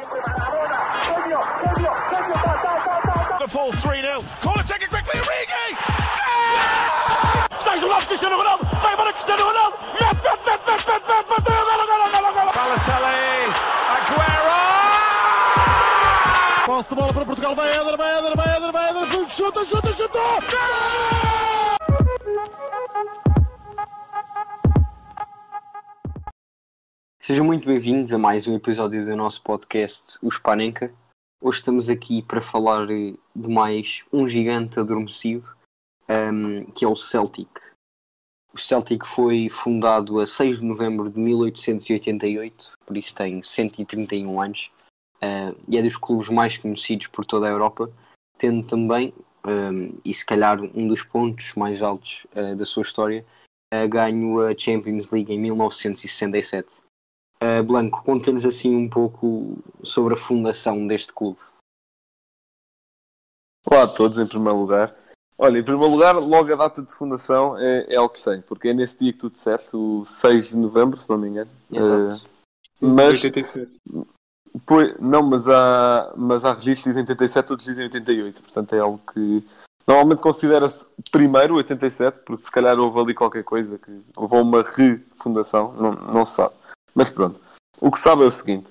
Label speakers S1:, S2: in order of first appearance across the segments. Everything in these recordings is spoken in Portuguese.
S1: Liverpool 3-0. Corner taken quickly, Origi! Stays alive, Cristiano Ronaldo! Vai para Cristiano Ronaldo! Balotelli, Aguero!
S2: Posse de bola para Portugal, vai Éder, chuta!
S3: Sejam muito bem-vindos a mais um episódio do nosso podcast, o Spanenka. Hoje estamos aqui para falar de mais um gigante adormecido, que é o Celtic. O Celtic foi fundado a 6 de novembro de 1888, por isso tem 131 anos, e é dos clubes mais conhecidos por toda a Europa, tendo também, e se calhar um dos pontos mais altos da sua história, ganho a Champions League em 1967. Blanco, conta-nos assim um pouco sobre a fundação deste clube.
S4: Olá a todos, em primeiro lugar. Olha, em primeiro lugar, logo a data de fundação é algo que sei, porque é nesse dia que tu disseste, o 6 de novembro, se não me engano.
S3: Exato.
S4: Mas
S5: 87.
S4: mas há registros que dizem 87, outros dizem 88, portanto é algo que normalmente considera-se primeiro 87, porque se calhar houve ali qualquer coisa que levou a uma refundação, não se sabe. Mas pronto, o que sabe é o seguinte,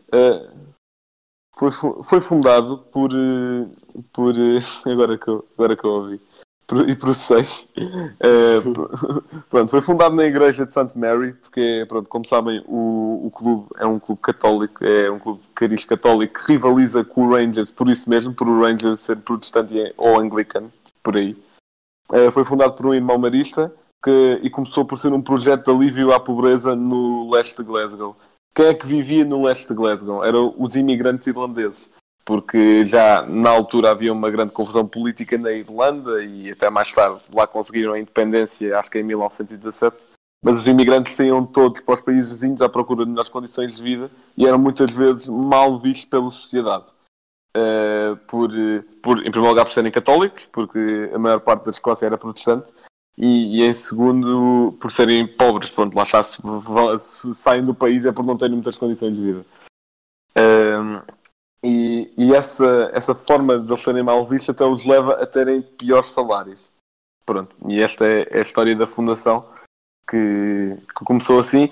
S4: foi fundado por agora que eu ouvi, e processei, pronto, foi fundado na igreja de St. Mary, porque, pronto, como sabem, o clube é um clube católico, é um clube de cariz católico que rivaliza com o Rangers, por isso mesmo, por o Rangers ser protestante ou anglicano, por aí. Foi fundado por um irmão marista, e começou por ser um projeto de alívio à pobreza no leste de Glasgow. Quem é que vivia no leste de Glasgow? Eram os imigrantes irlandeses, porque já na altura havia uma grande confusão política na Irlanda e até mais tarde lá conseguiram a independência, acho que em 1917, mas os imigrantes saíam todos para os países vizinhos à procura de melhores condições de vida e eram muitas vezes mal vistos pela sociedade. Em primeiro lugar por serem católicos, porque a maior parte da Escócia era protestante, e em segundo por serem pobres. Pronto, lá está, se saem do país é por não terem muitas condições de vida. E essa forma de eles serem mal vistos até os leva a terem piores salários. Pronto, e esta é a história da fundação que começou assim,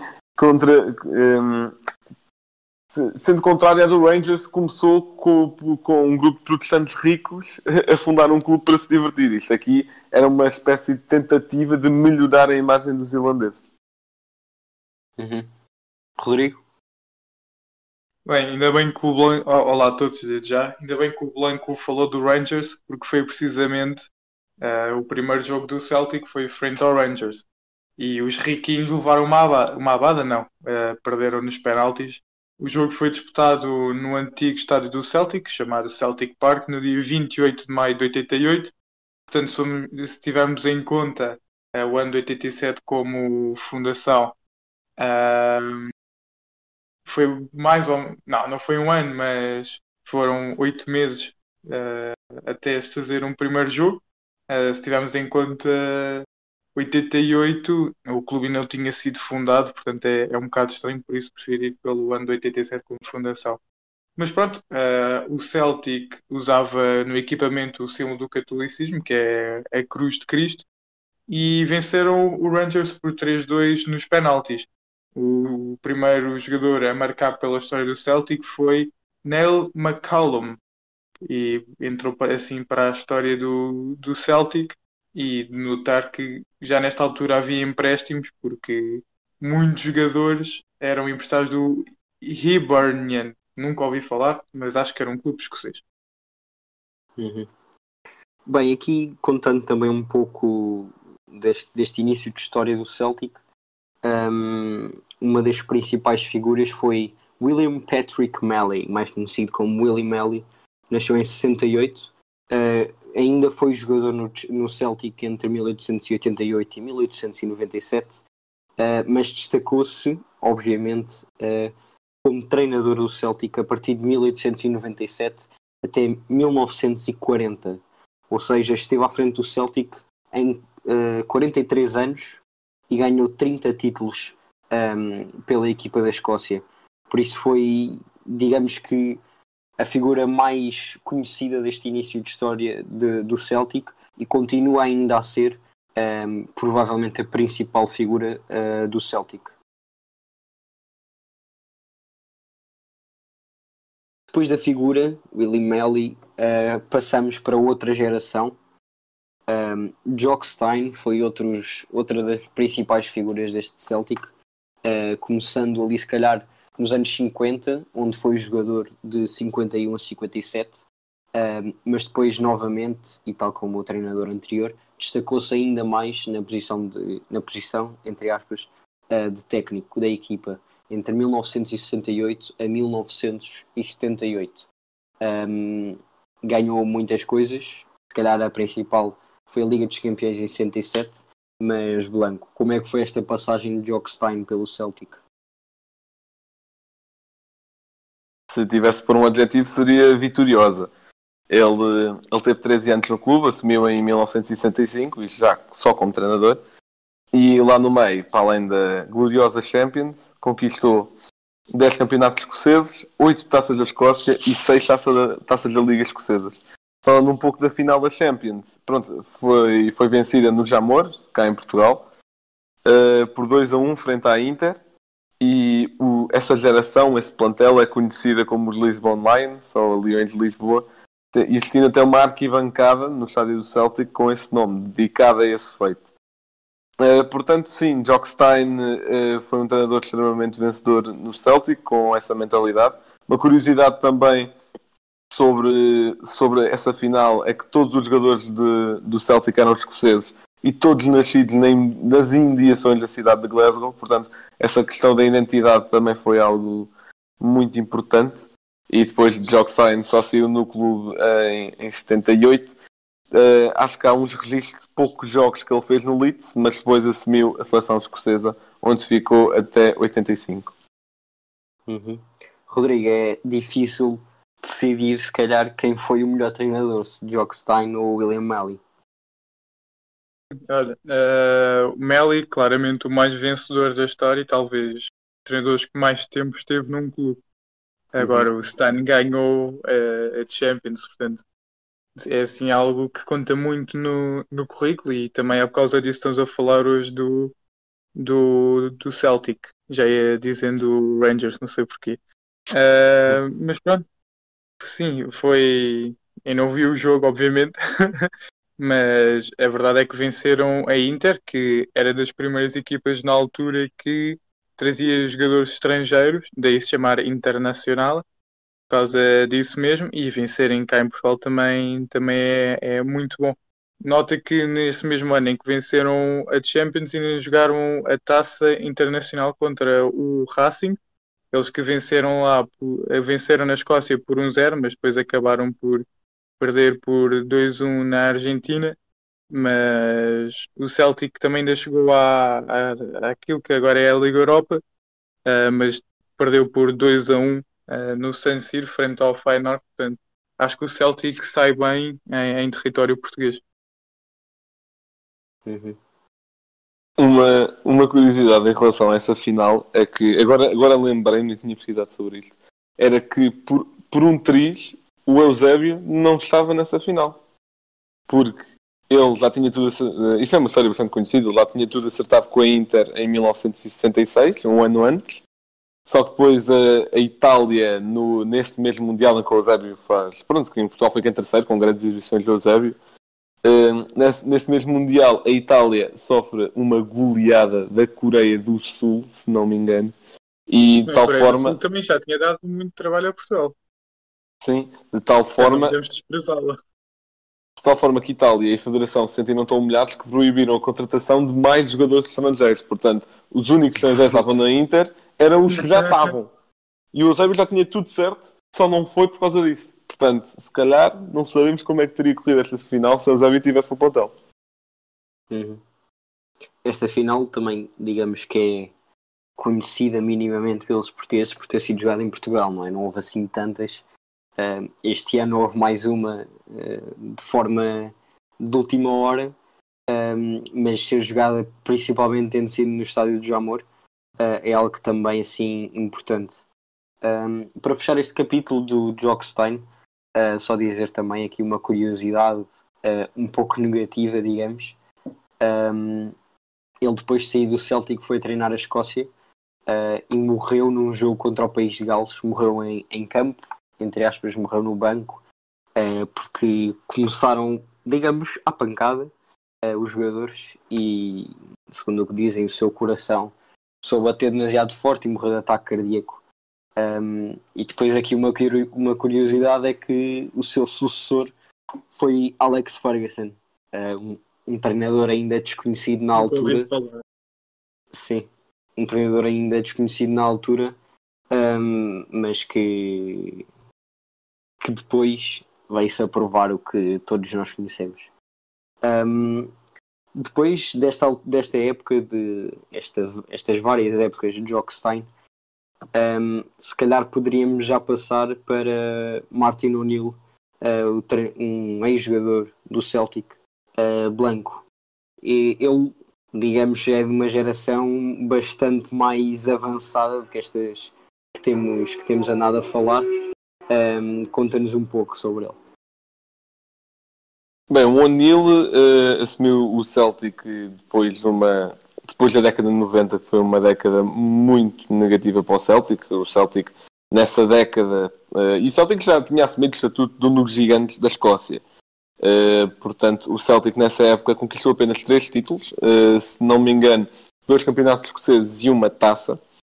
S4: sendo contrária do Rangers, começou com um grupo de protestantes ricos a fundar um clube para se divertir. Isto aqui era uma espécie de tentativa de melhorar a imagem dos irlandeses.
S3: Rodrigo?
S5: Bem, ainda bem que o Blanco... Olá a todos, desde já. Ainda bem que o Blanco falou do Rangers, porque foi precisamente o primeiro jogo do Celtic, foi frente ao Rangers. E os riquinhos levaram uma abada, não. Perderam nos penaltis. O jogo foi disputado no antigo estádio do Celtic, chamado Celtic Park, no dia 28 de maio de 88. Portanto, se tivermos em conta o ano de 87 como fundação, foi mais ou menos... Não foi um ano, mas foram 8 meses até se fazer um primeiro jogo. Se tivermos em conta 88, o clube ainda não tinha sido fundado, portanto é um bocado estranho, por isso preferi ir pelo ano de 87 como fundação. Mas pronto, o Celtic usava no equipamento o símbolo do catolicismo, que é a Cruz de Cristo, e venceram o Rangers por 3-2 nos penaltis. O primeiro jogador a marcar pela história do Celtic foi Neil McCallum, e entrou assim para a história do Celtic. E de notar que já nesta altura havia empréstimos, porque muitos jogadores eram emprestados do Hibernian. Nunca ouvi falar, mas acho que era um clube escocês.
S3: Bem, aqui contando também um pouco deste início de história do Celtic, uma das principais figuras foi William Patrick Malley, mais conhecido como Willie Malley. Nasceu em 68. Ainda foi jogador no Celtic entre 1888 e 1897, mas destacou-se, obviamente, como treinador do Celtic a partir de 1897 até 1940. Ou seja, esteve à frente do Celtic em 43 anos e ganhou 30 títulos pela equipa da Escócia. Por isso foi, digamos que, a figura mais conhecida deste início de história do Celtic e continua ainda a ser provavelmente a principal figura do Celtic. Depois da figura, Willie Melly, passamos para outra geração. Jock Stein foi outra das principais figuras deste Celtic, começando ali se calhar nos anos 50, onde foi jogador de 51 a 57, mas depois novamente, e tal como o treinador anterior, destacou-se ainda mais na posição, entre aspas, de técnico da equipa, entre 1968 a 1978. Ganhou muitas coisas, se calhar a principal foi a Liga dos Campeões em 67, mas Blanco, como é que foi esta passagem de Jock Stein pelo Celtic?
S4: Se tivesse por um adjetivo, seria vitoriosa. Ele teve 13 anos no clube, assumiu em 1965, isto já só como treinador, e lá no meio, para além da gloriosa Champions, conquistou 10 campeonatos escoceses, 8 taças da Escócia e 6 taças da Liga Escocesas. Falando um pouco da final da Champions, pronto, foi vencida no Jamor, cá em Portugal, por 2-1 frente à Inter. E essa geração, esse plantel, é conhecida como os Lisbon Lions, ou Leões de Lisboa, existindo até uma arquibancada no estádio do Celtic com esse nome, dedicada a esse feito. Portanto, sim, Jock Stein foi um treinador extremamente vencedor no Celtic, com essa mentalidade. Uma curiosidade também sobre essa final é que todos os jogadores do Celtic eram escoceses e todos nascidos nas imediações da cidade de Glasgow, portanto essa questão da identidade também foi algo muito importante. E depois de Jock Stein só saiu no clube em 78. Acho que há uns registros de poucos jogos que ele fez no Leeds, mas depois assumiu a seleção escocesa, onde ficou até 85.
S3: Rodrigo, é difícil decidir se calhar quem foi o melhor treinador, se Jock Stein ou William Melly.
S5: Olha, o Melly, claramente o mais vencedor da história e talvez os treinadores que mais tempo esteve num clube. Agora o Stein ganhou a Champions, portanto é assim algo que conta muito no currículo e também é por causa disso que estamos a falar hoje do Celtic. Já ia dizendo Rangers, não sei porquê. Mas pronto, sim, foi... Eu não vi o jogo, obviamente, mas a verdade é que venceram a Inter, que era das primeiras equipas na altura que trazia jogadores estrangeiros, daí se chamar Internacional, por causa disso mesmo, e vencerem cá em Portugal também é muito bom. Nota que nesse mesmo ano em que venceram a Champions ainda jogaram a Taça Internacional contra o Racing. Eles que venceram venceram na Escócia por 1-0, mas depois acabaram por perder por 2-1 na Argentina. Mas o Celtic também ainda chegou àquilo que agora é a Liga Europa, mas perdeu por 2-1 no San Siro frente ao Feyenoord. Portanto, acho que o Celtic sai bem em território português.
S4: Uma curiosidade em relação a essa final é que, agora lembrei-me e tinha pesquisado sobre isto, era que por um triz o Eusébio não estava nessa final, porque ele já tinha tudo isso é uma história bastante conhecida, lá tinha tudo acertado com a Inter em 1966, um ano antes, só que depois a Itália nesse mesmo Mundial em que o Eusébio faz, pronto, que em Portugal foi em terceiro com grandes exibições do Eusébio. Nesse mesmo Mundial a Itália sofre uma goleada da Coreia do Sul, se não me engano, e de tal forma
S5: também já tinha dado muito trabalho a Portugal.
S4: Sim, de tal forma que Itália e a Federação se sentiram tão humilhados que proibiram a contratação de mais jogadores estrangeiros. Portanto, os únicos estrangeiros que estavam na Inter eram os que já estavam, e o Eusébio já tinha tudo certo, só não foi por causa disso. Portanto, se calhar, não sabemos como é que teria corrido esta final se o Eusébio tivesse um plantel.
S3: Esta final também, digamos que é conhecida minimamente pelos portugueses por ter sido jogada em Portugal, não é? Não houve assim tantas. Este ano houve mais uma de forma de última hora, mas ser jogada principalmente tendo sido no estádio do Jamor é algo que também assim importante. Para fechar este capítulo do Jokstein, só dizer também aqui uma curiosidade um pouco negativa, digamos. Ele depois de sair do Celtic foi treinar a Escócia e morreu num jogo contra o País de Gales. Morreu em campo, entre aspas, morreu no banco, porque começaram, digamos, à pancada os jogadores e, segundo o que dizem, o seu coração começou a bater demasiado forte e morreu de ataque cardíaco. E depois aqui uma curiosidade é que o seu sucessor foi Alex Ferguson, um treinador ainda desconhecido na altura. Sim, um treinador ainda desconhecido na altura, mas que depois vai-se a provar o que todos nós conhecemos. Depois desta época, estas várias épocas de Jokstein, se calhar poderíamos já passar para Martin O'Neill, um ex-jogador do Celtic, Blanco. E ele, digamos, é de uma geração bastante mais avançada do que estas que temos andado a falar. Conta-nos um pouco sobre ele.
S4: Bem, o O'Neill assumiu o Celtic depois da década de 90, que foi uma década muito negativa para o Celtic. O Celtic, nessa década, e o Celtic já tinha assumido o estatuto de um dos gigantes da Escócia. Portanto, o Celtic nessa época conquistou apenas 3 títulos, se não me engano, 2 campeonatos escoceses e uma taça.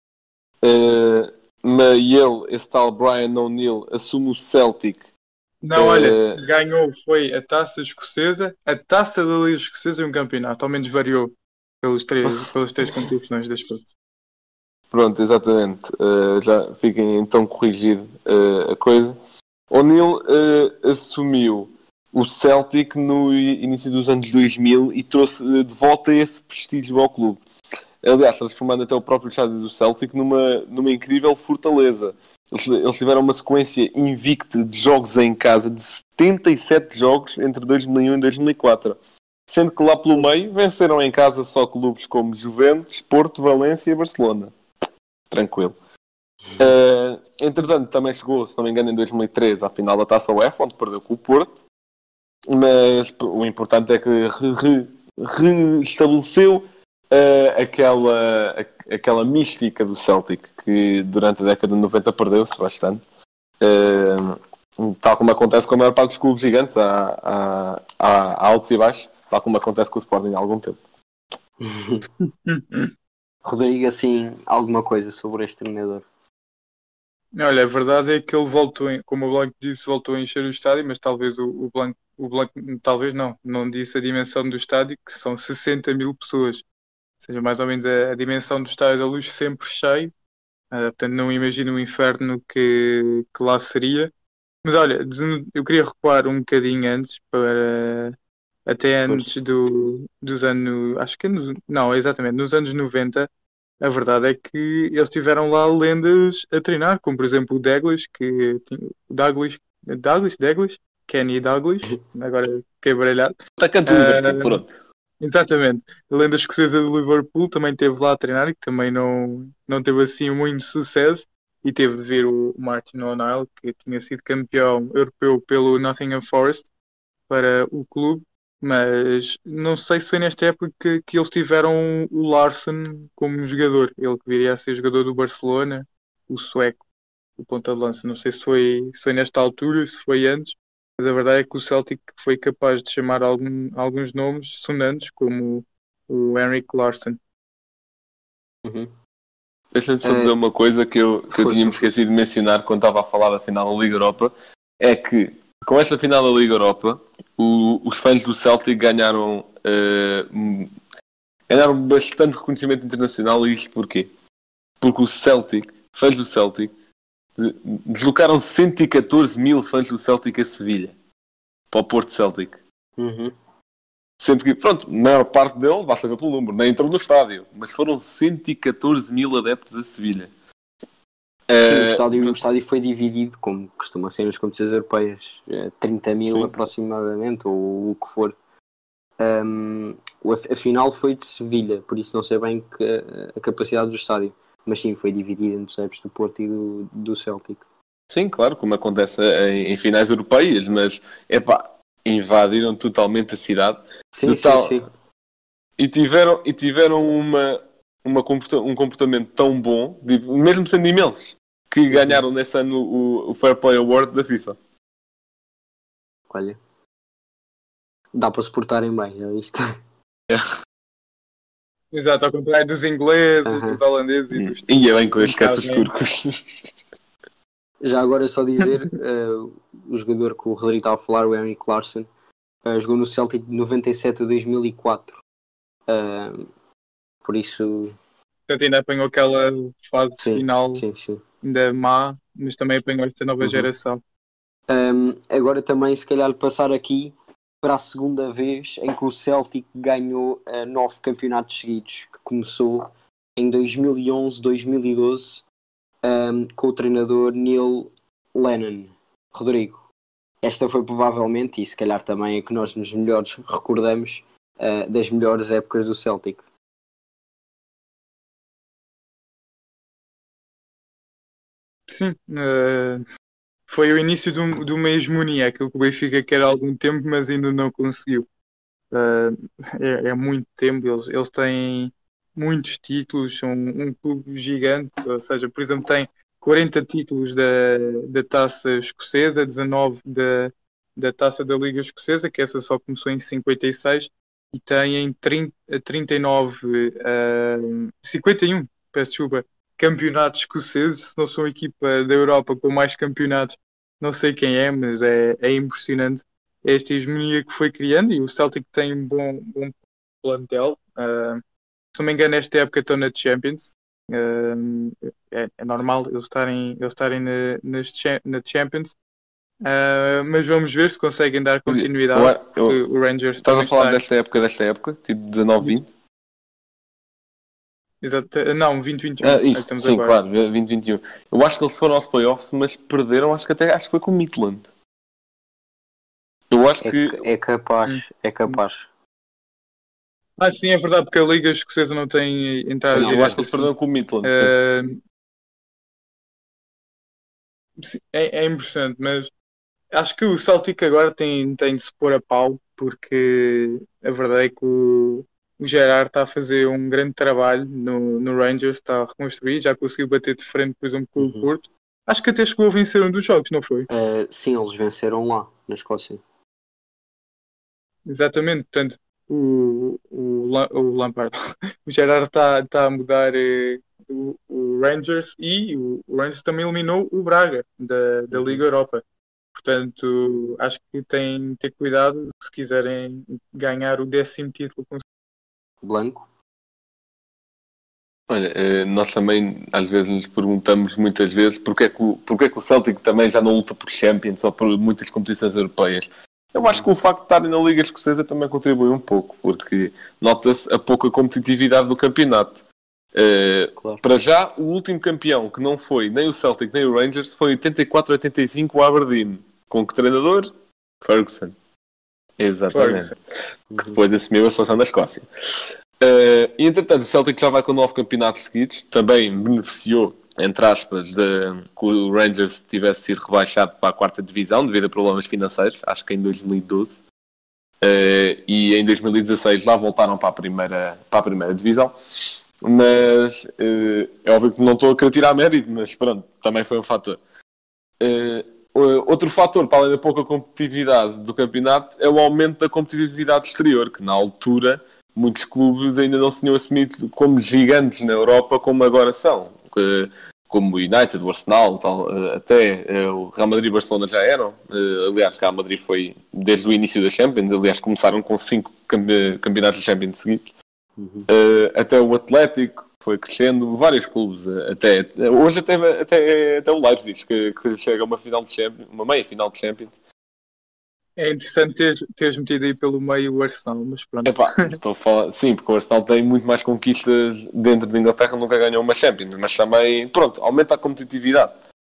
S4: Mas esse tal Brian O'Neill, assume o Celtic.
S5: Não, olha, ganhou, foi a taça escocesa, a taça da Liga Escocesa e um campeonato, ao menos variou pelas três competições da Escócia.
S4: Pronto, exatamente. Já fiquem então corrigido a coisa. O'Neill assumiu o Celtic no início dos anos 2000 e trouxe de volta esse prestígio ao clube. Aliás, transformando até o próprio estádio do Celtic numa incrível fortaleza. Eles tiveram uma sequência invicta de jogos em casa de 77 jogos entre 2001 e 2004. Sendo que lá pelo meio venceram em casa só clubes como Juventus, Porto, Valência e Barcelona. Tranquilo. Entretanto, também chegou, se não me engano, em 2003 à final da Taça UEFA, onde perdeu com o Porto. Mas o importante é que reestabeleceu aquela mística do Celtic, que durante a década de 90 perdeu-se bastante. Tal como acontece com a maior parte dos clubes gigantes, há altos e baixos, tal como acontece com o Sporting há algum tempo.
S3: Rodrigo, assim, alguma coisa sobre este treinador?
S5: Olha, a verdade é que ele voltou, como o Blanco disse, voltou a encher o estádio, mas talvez o Blanco talvez não disse a dimensão do estádio, que são 60 mil pessoas. Ou seja, mais ou menos a dimensão do Estádio da Luz sempre cheio. Portanto, não imagino o inferno que lá seria. Mas olha, eu queria recuar um bocadinho antes, até antes dos anos... Acho que exatamente, nos anos 90. A verdade é que eles tiveram lá lendas a treinar, como por exemplo o Douglas, Kenny Douglas, agora fiquei baralhado.
S4: Atacante do Liverpool, pronto.
S5: Exatamente. A lenda escocesa do Liverpool também esteve lá a treinar e que também não teve assim muito sucesso. E teve de vir o Martin O'Neill, que tinha sido campeão europeu pelo Nottingham Forest, para o clube. Mas não sei se foi nesta época que eles tiveram o Larsson como jogador. Ele que viria a ser jogador do Barcelona, o sueco, o ponta de lança. Não sei se foi nesta altura, se foi antes. Mas a verdade é que o Celtic foi capaz de chamar alguns nomes sonantes, como o Henrik Larsson.
S4: Deixa-me só dizer uma coisa que eu tinha-me esquecido de mencionar quando estava a falar da final da Liga Europa. É que, com esta final da Liga Europa, os fãs do Celtic ganharam bastante reconhecimento internacional. E isto porquê? Porque fãs do Celtic, deslocaram 114 mil fãs do Celtic a Sevilha, para o Porto Celtic. Sendo que, pronto, a maior parte dele, basta ver pelo número, nem entrou no estádio, mas foram 114 mil adeptos a Sevilha.
S3: Sim, o estádio foi dividido, como costuma ser nas competições europeias, 30 mil aproximadamente, ou o que for. A final foi de Sevilha, por isso não sei bem a capacidade do estádio. Mas sim, foi dividido entre os adeptos do Porto e do Celtic.
S4: Sim, claro, como acontece em finais europeias, mas invadiram totalmente a cidade.
S3: Sim.
S4: E tiveram um comportamento tão bom, mesmo sendo imensos, que ganharam nesse ano o Fair Play Award da FIFA.
S3: Olha, dá para se portarem bem, já viste?
S5: Exato, ao contrário dos ingleses, dos holandeses e dos
S4: E é bem que eu esqueço os turcos.
S3: Já agora só dizer, o jogador que o Rodrigo estava a falar, o Henrik Larsson, jogou no Celtic de 97 a 2004. Por isso...
S5: Portanto, ainda apanhou aquela fase final
S3: Sim.
S5: ainda má, mas também apanhou esta nova geração.
S3: Agora também, se calhar, passar aqui para a segunda vez em que o Celtic ganhou 9 campeonatos seguidos, que começou em 2011-2012 com o treinador Neil Lennon. Rodrigo, esta foi provavelmente, e se calhar também a que nós nos melhores recordamos, das melhores épocas do Celtic.
S5: Sim, foi o início de uma hegemonia, aquilo que o Benfica quer há algum tempo, mas ainda não conseguiu. É muito tempo, eles têm muitos títulos, são um clube gigante, ou seja, por exemplo, tem 40 títulos da Taça Escocesa, 19 da Taça da Liga Escocesa, que essa só começou em 56, e têm 51, peço desculpa, campeonatos escoceses. Se não são a equipa da Europa com mais campeonatos, não sei quem é, mas é impressionante esta hegemonia que foi criando, e o Celtic tem um bom plantel. Se não me engano, nesta época estão na Champions. É normal eles estarem na Champions. Mas vamos ver se conseguem dar continuidade. O Rangers
S4: estás a falar desta época, tipo 19-20?
S5: Exato, não, 2021.
S4: Isso, sim, agora. Claro, 2021. Eu acho que eles foram aos playoffs, mas perderam, acho que foi com o Midland. Eu acho que...
S3: É capaz.
S5: Sim, é verdade, porque a Liga Escocesa não tem entrada direta.
S4: Eu acho que eles perderam com o Midland.
S5: Sim, é impressionante, mas acho que o Celtic agora tem de se pôr a pau, porque a verdade é que o Gerrard está a fazer um grande trabalho no Rangers, está a reconstruir, já conseguiu bater de frente, por exemplo, com o Porto. Acho que até chegou a vencer um dos jogos, não foi?
S3: Sim, eles venceram lá, na Escócia.
S5: Exatamente, portanto, o Lampard, o Gerrard está a mudar o Rangers, e o Rangers também eliminou o Braga da Liga Europa. Portanto, acho que têm de ter cuidado se quiserem ganhar o 10º título
S3: Blanco.
S4: Olha, nós também às vezes nos perguntamos muitas vezes porque é que o Celtic também já não luta por Champions ou por muitas competições europeias. Eu acho que o facto de estarem na Liga Escocesa também contribui um pouco, porque nota-se a pouca competitividade do campeonato. Claro. Para já, o último campeão, que não foi nem o Celtic nem o Rangers, foi 84-85 o Aberdeen. Com que treinador? Ferguson. Exatamente. Que depois assumiu a seleção da Escócia. E entretanto, o Celtic já vai com 9 campeonatos seguidos. Também beneficiou, entre aspas, que o Rangers tivesse sido rebaixado para a 4ª divisão devido a problemas financeiros, acho que em 2012. E em 2016 lá voltaram para a primeira divisão. Mas é óbvio que não estou a querer tirar mérito, mas pronto, também foi um fator. Outro fator, para além da pouca competitividade do campeonato, é o aumento da competitividade exterior, que na altura muitos clubes ainda não se tinham assumido como gigantes na Europa como agora são. Como o United, o Arsenal, até o Real Madrid e o Barcelona já eram. Aliás, o Real Madrid foi desde o início da Champions, aliás começaram com 5 campeonatos de Champions seguidos. Até o Atlético foi crescendo, vários clubes, hoje até o Leipzig que chega a uma meia final de Champions.
S5: É interessante teres metido aí pelo meio o Arsenal, mas pronto.
S4: Estou a falar, sim, porque o Arsenal tem muito mais conquistas dentro de Inglaterra, nunca ganhou uma Champions, mas também, pronto, aumenta a competitividade.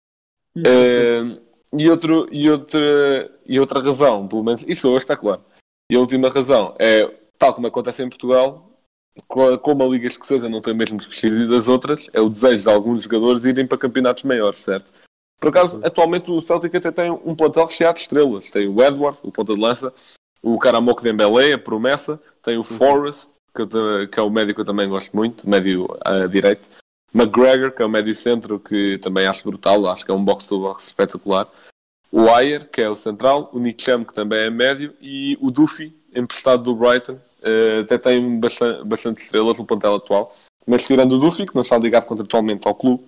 S4: E outra razão, pelo menos, isto estou a especular, e a última razão é, tal como acontece em Portugal, como a Liga Escocesa não tem o mesmo prestígio das outras, é o desejo de alguns jogadores irem para campeonatos maiores, certo? Por acaso, atualmente o Celtic até tem um plantel recheado de estrelas. Tem o Edward, o ponta de lança, o Karamoko Dembélé, a promessa, tem o Forrest, que é o médio que eu também gosto muito, médio direito. McGregor, que é o médio centro, que também acho brutal, acho que é um box-to-box espetacular. O Ayer, que é o central, o Nicham, que também é médio, e o Duffy, emprestado do Brighton, até tem bastante estrelas no plantel atual. Mas tirando o Duffy, que não está ligado contratualmente ao clube,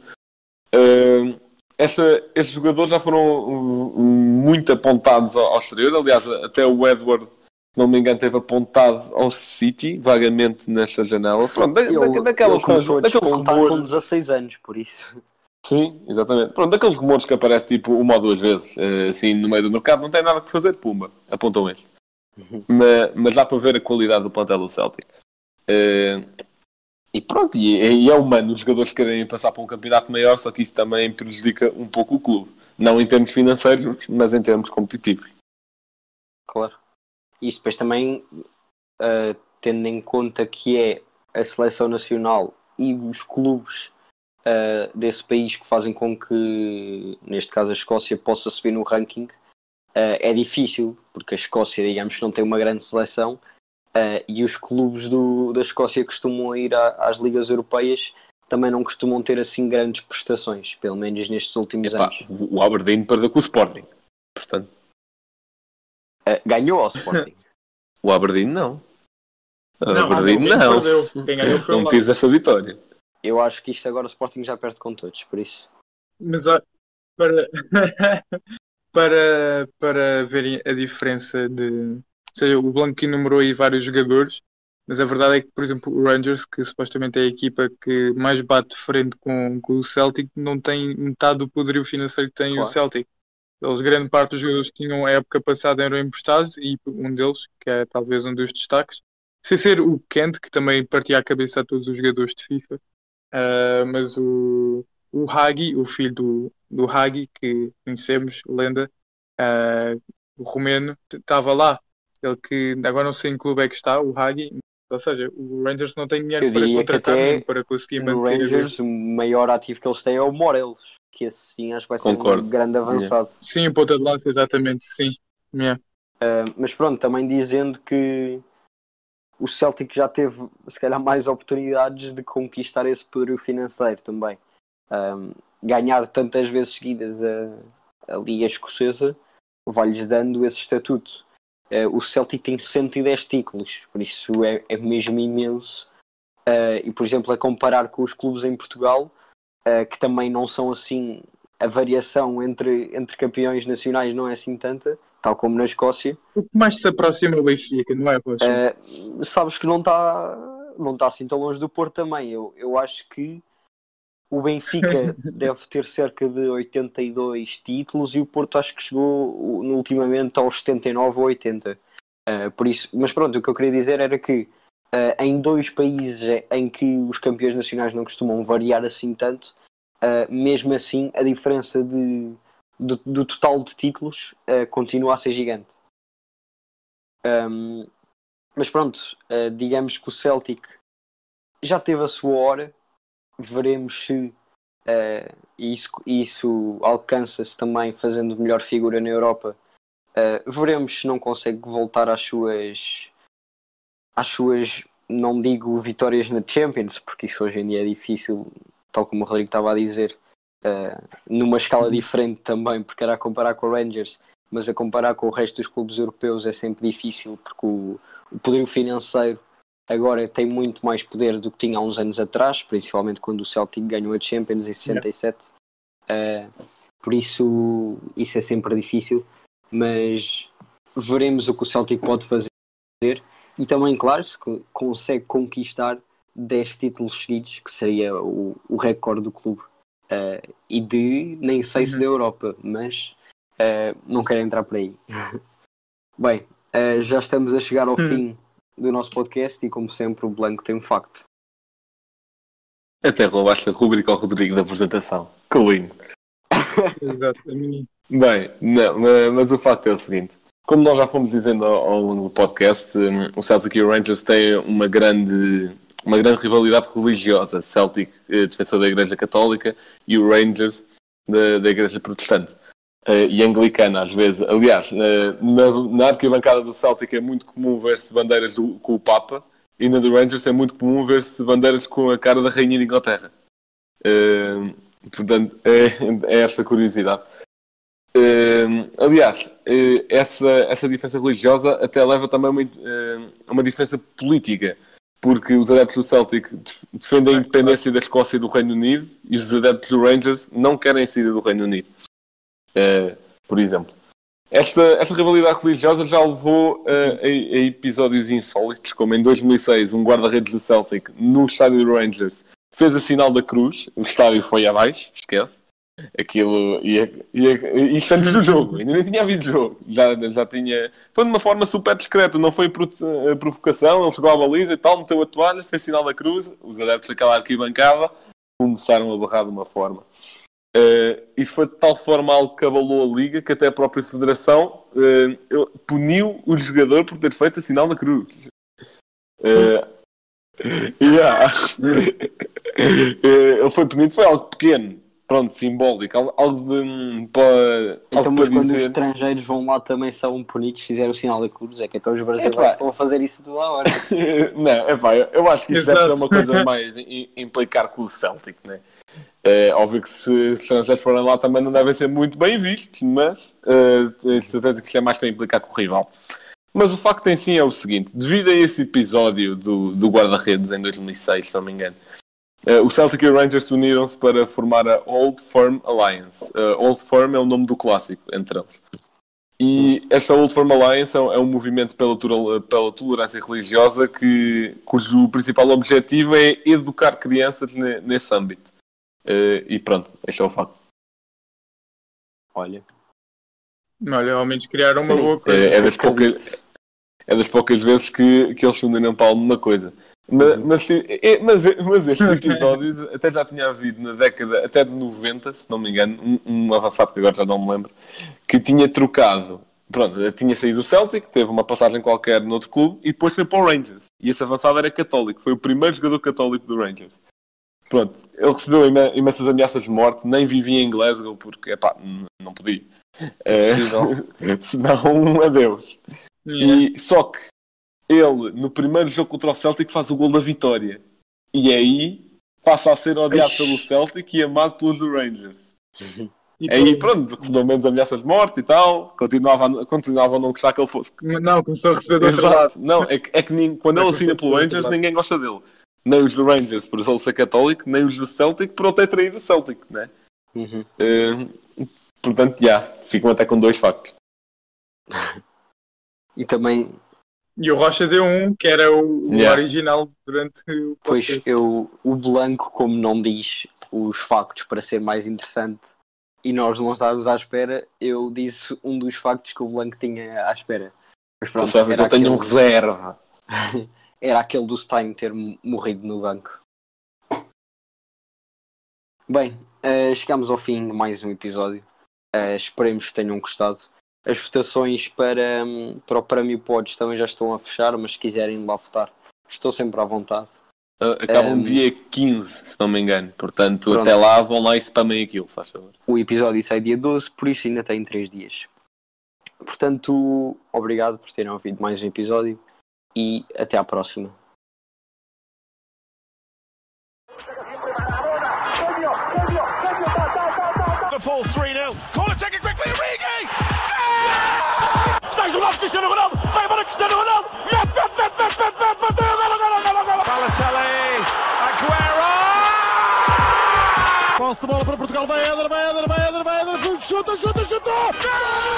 S4: estes jogadores já foram muito apontados ao exterior. Aliás, até o Edward, se não me engano, esteve apontado ao City, vagamente nesta janela. Pronto, daquelas
S3: começou a
S4: daqueles
S3: despontar
S4: rumores.
S3: com 16 anos, por isso.
S4: Sim, exatamente. Pronto, daqueles rumores que aparece tipo uma ou duas vezes, assim, no meio do mercado, não tem nada que fazer, pumba, apontam este. Mas dá para ver a qualidade do plantel do Celtic. E pronto, e é humano os jogadores querem passar para um campeonato maior, só que isso também prejudica um pouco o clube. Não em termos financeiros, mas em termos competitivos.
S3: Claro. E isso depois também, tendo em conta que é a seleção nacional e os clubes desse país que fazem com que, neste caso a Escócia, possa subir no ranking, é difícil, porque a Escócia, digamos, não tem uma grande seleção, e os clubes da Escócia costumam ir às ligas europeias, também não costumam ter assim grandes prestações, pelo menos nestes últimos anos.
S4: O Aberdeen perdeu com o Sporting, portanto.
S3: Ganhou ao Sporting.
S4: O Aberdeen não.
S5: Não,
S4: Aberdeen não.
S5: Quem ganhou foi o
S4: Não
S5: Leicester.
S4: tive essa vitória.
S3: Eu acho que isto agora o Sporting já perde com todos, por isso.
S5: Mas para, para verem a diferença de. Ou seja, o Blanco enumerou aí vários jogadores, mas a verdade é que, por exemplo, o Rangers, que supostamente é a equipa que mais bate de frente com o Celtic, não tem metade do poderio financeiro que tem
S3: Claro.
S5: o Celtic. Eles, grande parte dos jogadores que tinham a época passada eram emprestados, e um deles, que é talvez um dos destaques, sem ser o Kent, que também partia a cabeça a todos os jogadores de FIFA, mas o Hagi, o filho do Hagi, que conhecemos, lenda, o romeno, estava lá. Ele que agora não sei em que clube é que está, o Hagi. Ou seja, o Rangers não tem dinheiro
S3: Eu
S5: para
S3: diria que
S5: contratar,
S3: até
S5: nem para conseguir
S3: No
S5: manter.
S3: Rangers, o maior ativo que eles têm é o Morelos, que esse sim acho que vai ser
S4: Concordo.
S3: um grande avançado.
S5: Sim, ponta de lança, exatamente, sim. Yeah.
S3: Mas pronto, também dizendo que o Celtic já teve, se calhar, mais oportunidades de conquistar esse poderio financeiro também. Ganhar tantas vezes seguidas a Liga Escocesa vai-lhes dando esse estatuto. O Celtic tem 110 títulos, por isso é mesmo imenso. E, por exemplo, a comparar com os clubes em Portugal, que também não são assim, a variação entre campeões nacionais não é assim tanta, tal como na Escócia.
S5: O que mais se aproxima é o Benfica, não é, Rocha?
S3: Sabes que não está assim tão longe do Porto também. Eu acho que o Benfica deve ter cerca de 82 títulos e o Porto acho que chegou ultimamente aos 79 ou 80. Por isso, mas pronto, o que eu queria dizer era que em dois países em que os campeões nacionais não costumam variar assim tanto, mesmo assim a diferença do total de títulos continua a ser gigante. Mas pronto, digamos que o Celtic já teve a sua hora. Veremos se isso alcança-se também fazendo melhor figura na Europa. Veremos se não consegue voltar às suas, não digo vitórias na Champions, porque isso hoje em dia é difícil, tal como o Rodrigo estava a dizer, numa escala diferente também, porque era a comparar com o Rangers, mas a comparar com o resto dos clubes europeus é sempre difícil, porque o poder financeiro agora tem muito mais poder do que tinha há uns anos atrás, principalmente quando o Celtic ganhou a Champions em 67. Por isso é sempre difícil, mas veremos o que o Celtic pode fazer e também, claro, se consegue conquistar 10 títulos seguidos, que seria o recorde do clube, e nem sei se da Europa, mas não quero entrar por aí. Bem, já estamos a chegar ao fim do nosso podcast e, como sempre, o Blanco tem um facto.
S4: Até roubaste a rubrica ao Rodrigo da apresentação. Que lindo.
S5: Exato.
S4: Bem, não, mas o facto é o seguinte. Como nós já fomos dizendo ao longo do podcast, o Celtic e o Rangers têm uma grande uma grande rivalidade religiosa. Celtic, defensor da Igreja Católica, e o Rangers, da Igreja Protestante. E anglicana, às vezes. Aliás, na arquibancada do Celtic é muito comum ver-se bandeiras com o Papa, e na do Rangers é muito comum ver-se bandeiras com a cara da Rainha de Inglaterra. Portanto, é esta curiosidade. Aliás, essa diferença religiosa até leva também a uma diferença política, porque os adeptos do Celtic defendem a independência da Escócia e do Reino Unido, e os adeptos do Rangers não querem a saída do Reino Unido. Por exemplo, esta rivalidade religiosa já levou a episódios insólitos, como em 2006 um guarda-redes do Celtic no estádio do Rangers fez a sinal da cruz, o estádio foi abaixo, esquece aquilo, isto antes do jogo, ainda nem tinha havido jogo, já tinha, foi de uma forma super discreta, não foi provocação, ele chegou à baliza e tal, meteu a toalha, fez sinal da cruz, os adeptos daquela arquibancada começaram a berrar de uma forma. Isso foi de tal forma algo que abalou a Liga que até a própria Federação puniu o jogador por ter feito a sinal da cruz. Ele foi punido, foi algo pequeno, pronto, simbólico, algo de
S3: então, mas quando
S4: dizer...
S3: os estrangeiros vão lá também são punidos, fizeram o sinal da cruz, é que então os brasileiros estão a fazer isso toda a hora.
S4: Não, eu acho que isto deve ser uma coisa mais implicar com o Celtic, né? É óbvio que se os estrangeiros forem lá também não devem ser muito bem vistos, mas tenho certeza que isto é mais para implicar com o rival. Mas o facto em si é o seguinte: devido a esse episódio do guarda-redes em 2006, se não me engano, o Celtic e o Rangers uniram-se para formar a Old Firm Alliance. Old Firm é o nome do clássico entre eles. E esta Old Firm Alliance é um movimento pela tolerância religiosa cujo principal objetivo é educar crianças nesse âmbito. E pronto, este é o facto.
S3: Olha,
S5: ao menos criaram uma boa coisa.
S4: É das poucas vezes que eles fundiram para alguma coisa. Mas estes episódios até já tinha havido na década até de 90, se não me engano, um avançado que agora já não me lembro, que tinha trocado, pronto, tinha saído do Celtic, teve uma passagem qualquer noutro clube e depois foi para o Rangers. E esse avançado era católico, foi o primeiro jogador católico do Rangers. Pronto, ele recebeu imensas ameaças de morte, nem vivia em Glasgow porque, não podia. Senão, adeus. E só que ele, no primeiro jogo contra o Celtic, faz o gol da vitória. E aí passa a ser odiado pelo Celtic e amado pelos Rangers. Aí pronto, recebeu menos ameaças de morte e tal, continuava a não gostar que ele fosse.
S5: Não, começou a receber do outro lado.
S4: Não, é que quando ele assina pelo Rangers, ninguém gosta dele. Nem os do Rangers por ele ser católico, nem os do Celtic por ele ter traído o Celtic, né? Portanto, ficam até com 2 factos.
S3: E também...
S5: E o Rocha deu que era o original durante o podcast.
S3: Pois, o Blanco, como não diz os factos para ser mais interessante, e nós não estávamos à espera, eu disse um dos factos que o Blanco tinha à espera. Mas pronto,
S4: eu tenho um reserva.
S3: Era aquele do Stein ter morrido no banco. Bem, chegamos ao fim de mais um episódio. Esperemos que tenham gostado. As votações para o Prémio Pods também já estão a fechar, mas se quiserem lá votar, estou sempre à vontade.
S4: Acabam dia 15, se não me engano. Portanto,
S3: pronto.
S4: Até lá vão lá e spamem aquilo, faz favor.
S3: O episódio sai dia 12, por isso ainda tem 3 dias. Portanto, obrigado por terem ouvido mais um episódio e até à próxima.
S1: Liverpool 3-0. Corner taken quickly, Origi! Stays on off Cristiano Ronaldo. Vai para Cristiano Ronaldo. Balotelli, Aguero!
S2: Posse de bola para Portugal, vai Éder, chuta!